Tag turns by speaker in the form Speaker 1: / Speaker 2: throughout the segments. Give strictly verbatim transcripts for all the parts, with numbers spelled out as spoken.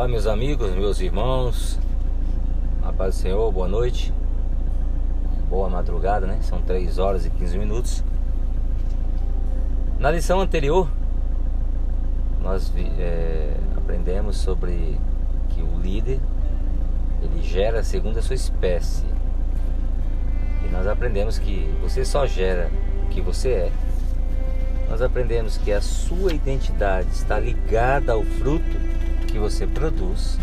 Speaker 1: Olá, meus amigos, meus irmãos, a paz do Senhor, boa noite, boa madrugada, né? São três horas e quinze minutos. Na lição anterior, nós é, aprendemos sobre que o líder, ele gera segundo a sua espécie. E nós aprendemos que você só gera o que você é. Nós aprendemos que a sua identidade está ligada ao fruto que você produz.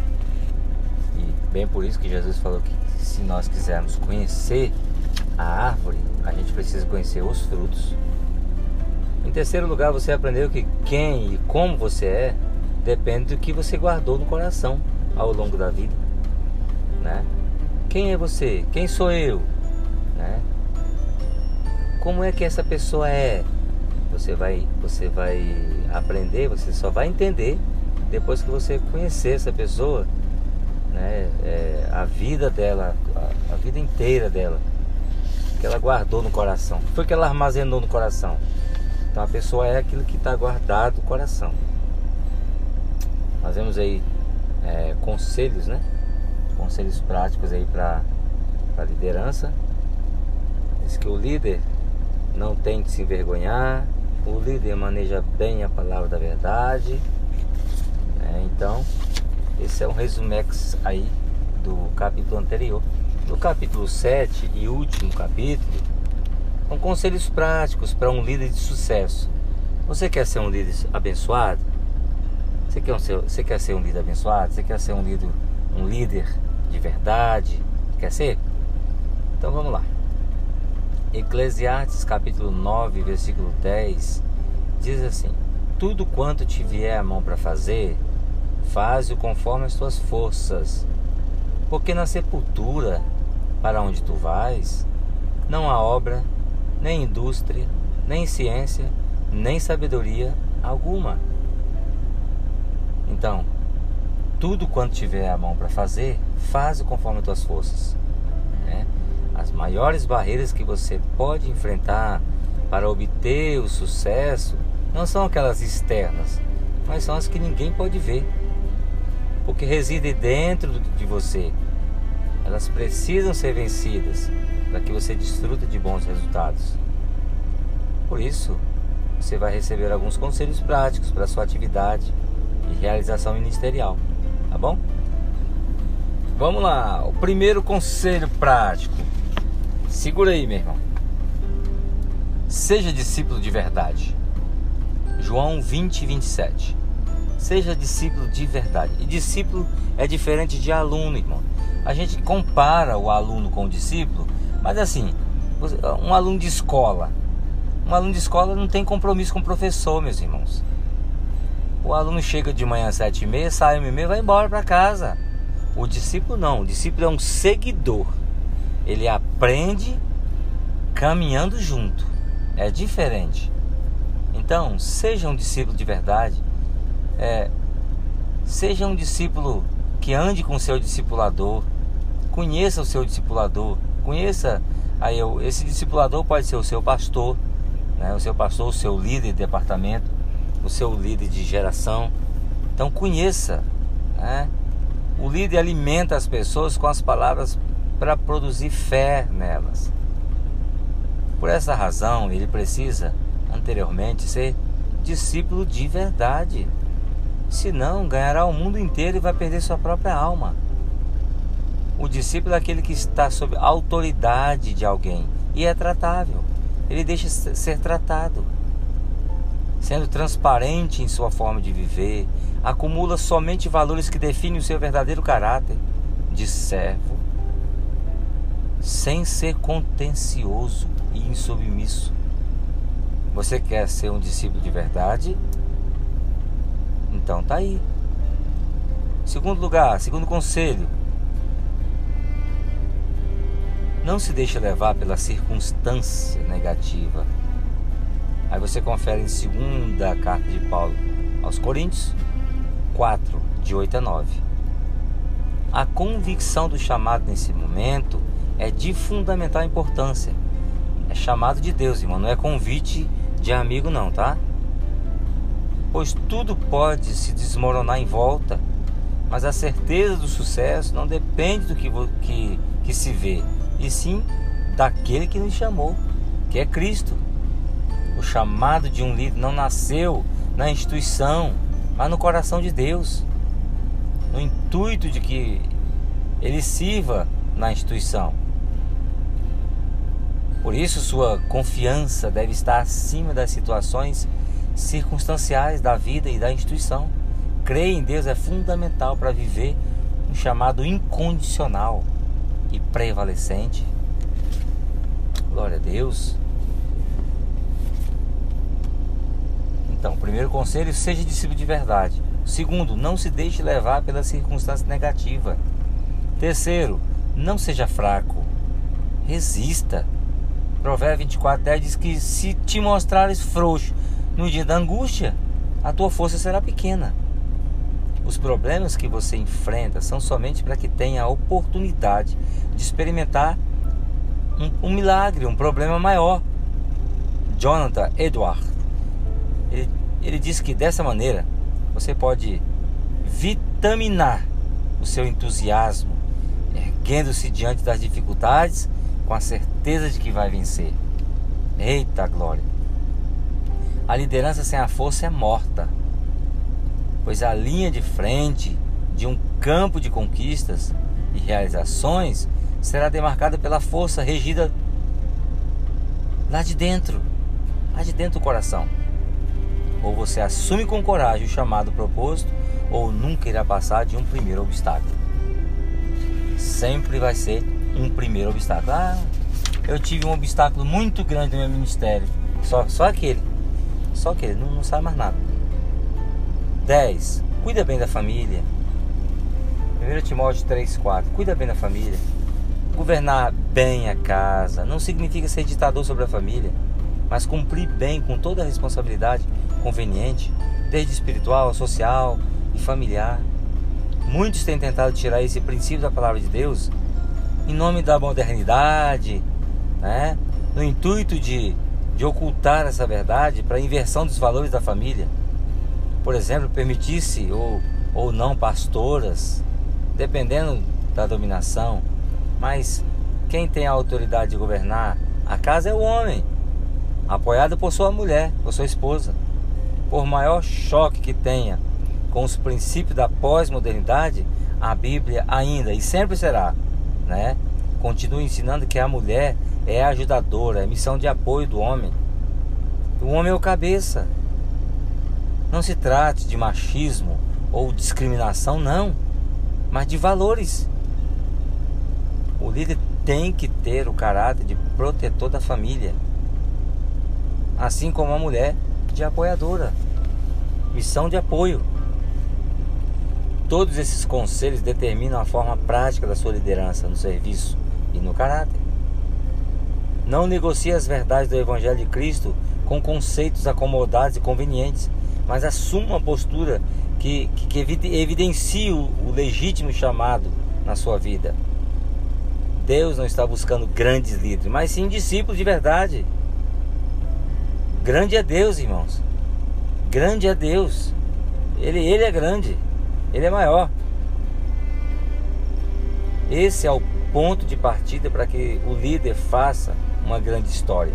Speaker 1: E bem por isso que Jesus falou que se nós quisermos conhecer a árvore, a gente precisa conhecer os frutos. Em terceiro lugar, você aprendeu que quem e como você é depende do que você guardou no coração ao longo da vida, né? Quem é você? Quem sou eu? Né? Como é que essa pessoa é? Você vai, você vai aprender, você só vai entender depois que você conhecer essa pessoa, né? É, a vida dela, a, a vida inteira dela, que ela guardou no coração, o que foi que ela armazenou no coração. Então a pessoa é aquilo que está guardado no coração. Nós vemos aí é, conselhos, né? Conselhos práticos aí para a liderança. Diz que o líder não tem que se envergonhar, o líder maneja bem a palavra da verdade. É, então, esse é um resumex aí do capítulo anterior. No capítulo sete e último capítulo, são conselhos práticos para um líder de sucesso. Você quer ser um líder abençoado? Você quer, um, você quer ser um líder abençoado? Você quer ser um líder, um líder de verdade? Quer ser? Então vamos lá. Eclesiastes capítulo nove, versículo dez, diz assim: tudo quanto te vier a mão para fazer, faze-o conforme as tuas forças, porque na sepultura, para onde tu vais, não há obra, nem indústria, nem ciência, nem sabedoria alguma. Então, tudo quanto tiver a mão para fazer, faze-o conforme as tuas forças, né? As maiores barreiras que você pode enfrentar para obter o sucesso não são aquelas externas, mas são as que ninguém pode ver, porque residem dentro de você. Elas precisam ser vencidas para que você desfrute de bons resultados. Por isso, você vai receber alguns conselhos práticos para a sua atividade e realização ministerial, tá bom? Vamos lá, o primeiro conselho prático. Segura aí, meu irmão. Seja discípulo de verdade. João vinte, vinte e sete. Seja discípulo de verdade. E discípulo é diferente de aluno, irmão. A gente compara o aluno com o discípulo, mas assim, um aluno de escola, um aluno de escola não tem compromisso com o professor, meus irmãos. O aluno chega de manhã às sete e meia, sai às uma e meia, vai embora para casa. O discípulo não. O discípulo é um seguidor. Ele aprende caminhando junto. É diferente. Então, seja um discípulo de verdade. É, seja um discípulo que ande com o seu discipulador. Conheça o seu discipulador. Conheça aí, esse discipulador pode ser o seu pastor, né? O seu pastor, o seu líder de departamento, o seu líder de geração. Então conheça, né? O líder alimenta as pessoas com as palavras para produzir fé nelas. Por essa razão, ele precisa anteriormente ser discípulo de verdade. Senão, ganhará o mundo inteiro e vai perder sua própria alma. O discípulo é aquele que está sob a autoridade de alguém e é tratável. Ele deixa ser tratado. Sendo transparente em sua forma de viver, acumula somente valores que definem o seu verdadeiro caráter de servo, sem ser contencioso e insubmisso. Você quer ser um discípulo de verdade? Então tá aí. Segundo lugar, segundo conselho: não se deixe levar pela circunstância negativa. Aí você confere em segunda carta de Paulo aos Coríntios quatro, de oito a nove. A convicção do chamado nesse momento é de fundamental importância. É chamado de Deus, irmão, não é convite de amigo não, tá? Pois tudo pode se desmoronar em volta Mas a certeza do sucesso não depende do que, que, que se vê, e sim daquele que nos chamou, que é Cristo. O chamado de um líder não nasceu na instituição, mas no coração de Deus, no intuito de que ele sirva na instituição. Por isso, sua confiança deve estar acima das situações circunstanciais da vida e da instituição. Crer em Deus é fundamental para viver um chamado incondicional e prevalecente. Glória a Deus. Então, primeiro conselho, seja discípulo de verdade. Segundo, não se deixe levar pela circunstância negativa. Terceiro, não seja fraco, resista. Provérbios vinte e quatro, dez diz que se te mostrares frouxo no dia da angústia, a tua força será pequena. Os problemas que você enfrenta são somente para que tenha a oportunidade de experimentar um, um milagre, um problema maior. Jonathan Edwards, ele, ele diz que dessa maneira você pode vitaminar o seu entusiasmo, erguendo-se diante das dificuldades com a certeza de que vai vencer. Eita glória! A liderança sem a força é morta, pois a linha de frente de um campo de conquistas e realizações será demarcada pela força regida lá de dentro, lá de dentro do coração. Ou você assume com coragem o chamado proposto, ou nunca irá passar de um primeiro obstáculo. Sempre vai ser um primeiro obstáculo. Ah, eu tive um obstáculo muito grande no meu ministério. Só, só aquele. Só aquele, não, não sabe mais nada. dez. Cuida bem da família. primeiro Timóteo três, quatro. Cuida bem da família. Governar bem a casa não significa ser ditador sobre a família, mas cumprir bem com toda a responsabilidade conveniente, desde espiritual, social e familiar. Muitos têm tentado tirar esse princípio da palavra de Deus em nome da modernidade, né? No intuito de, de ocultar essa verdade para a inversão dos valores da família. Por exemplo, permitir-se ou, ou não pastoras, dependendo da dominação. Mas quem tem a autoridade de governar a casa é o homem, apoiado por sua mulher, por sua esposa. Por maior choque que tenha com os princípios da pós-modernidade, a Bíblia ainda e sempre será, né, continua ensinando que a mulher é a ajudadora, é a missão de apoio do homem. O homem é o cabeça. Não se trate de machismo ou discriminação, não, mas de valores. O líder tem que ter o caráter de protetor da família, assim como a mulher de apoiadora, missão de apoio. Todos esses conselhos determinam a forma prática da sua liderança no serviço e no caráter. Não negocie as verdades do Evangelho de Cristo com conceitos acomodados e convenientes, mas assuma uma postura que, que, que evidencie o, o legítimo chamado na sua vida. Deus não está buscando grandes líderes, mas sim discípulos de verdade. Grande é Deus, irmãos. Grande é Deus. Ele, ele é grande. Ele é maior. Esse é o ponto de partida para que o líder faça uma grande história.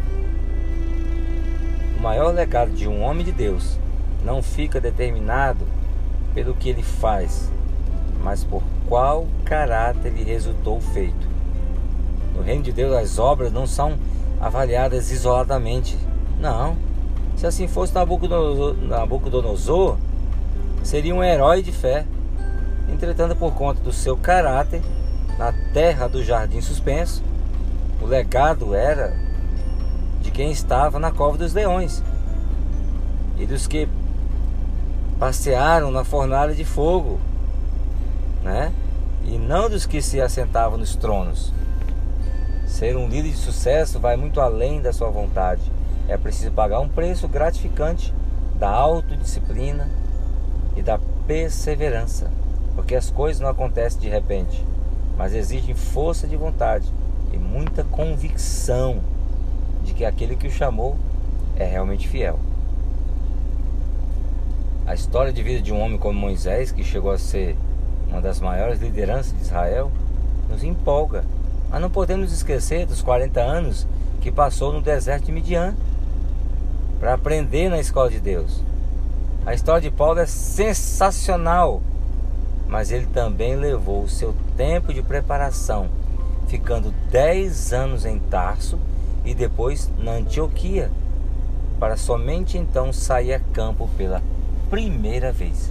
Speaker 1: O maior legado de um homem de Deus não fica determinado pelo que ele faz, mas por qual caráter lhe resultou feito. No reino de Deus, as obras não são avaliadas isoladamente. Não. Se assim fosse, Nabucodonosor, Nabucodonosor seria um herói de fé. Entretanto, por conta do seu caráter, na terra do jardim suspenso, o legado era de quem estava na cova dos leões e dos que passearam na fornalha de fogo, né? E não dos que se assentavam nos tronos. Ser um líder de sucesso vai muito além da sua vontade. É preciso pagar um preço gratificante da autodisciplina e da perseverança, porque as coisas não acontecem de repente, mas exigem força de vontade e muita convicção de que aquele que o chamou é realmente fiel. a história de vida de um homem como Moisés, que chegou a ser uma das maiores lideranças de Israel, nos empolga. Mas não podemos esquecer dos quarenta anos que passou no deserto de Midian para aprender na escola de Deus. A história de Paulo é sensacional, mas ele também levou o seu tempo de preparação, ficando dez anos em Tarso e depois na Antioquia, para somente então sair a campo pela primeira vez.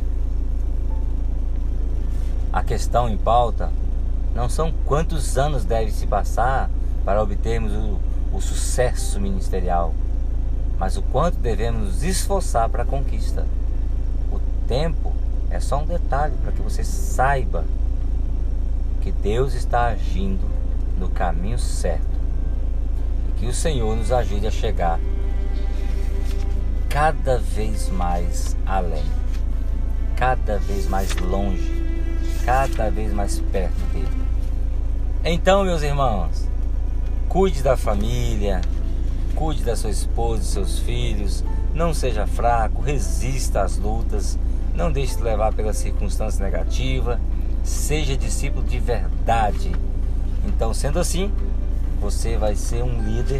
Speaker 1: A questão em pauta não são quantos anos deve se passar para obtermos o, o sucesso ministerial, mas o quanto devemos nos esforçar para a conquista. O tempo é só um detalhe para que você saiba que Deus está agindo no caminho certo e que o Senhor nos ajude a chegar cada vez mais além, cada vez mais longe, cada vez mais perto dele. Então, meus irmãos, cuide da família, cuide da sua esposa e seus filhos, não seja fraco, resista às lutas, não deixe se levar pela circunstância negativa, seja discípulo de verdade. Então, sendo assim, você vai ser um líder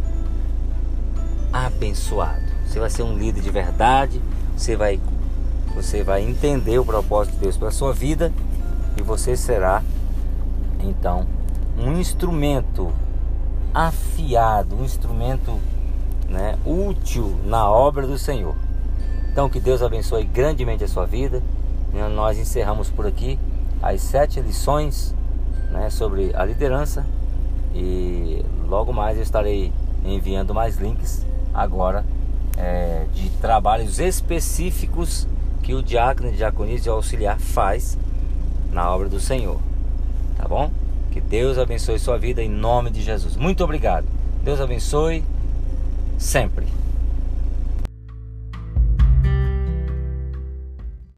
Speaker 1: abençoado. Você vai ser um líder de verdade, você vai, você vai entender o propósito de Deus para a sua vida e você será, então, um instrumento afiado, um instrumento, né, útil na obra do Senhor. Então, que Deus abençoe grandemente a sua vida. Nós encerramos por aqui as sete lições, né, sobre a liderança e logo mais eu estarei enviando mais links agora é, de trabalhos específicos que o diácono, diaconisa e o auxiliar faz na obra do Senhor, tá bom? Que Deus abençoe sua vida em nome de Jesus. Muito obrigado. Deus abençoe sempre.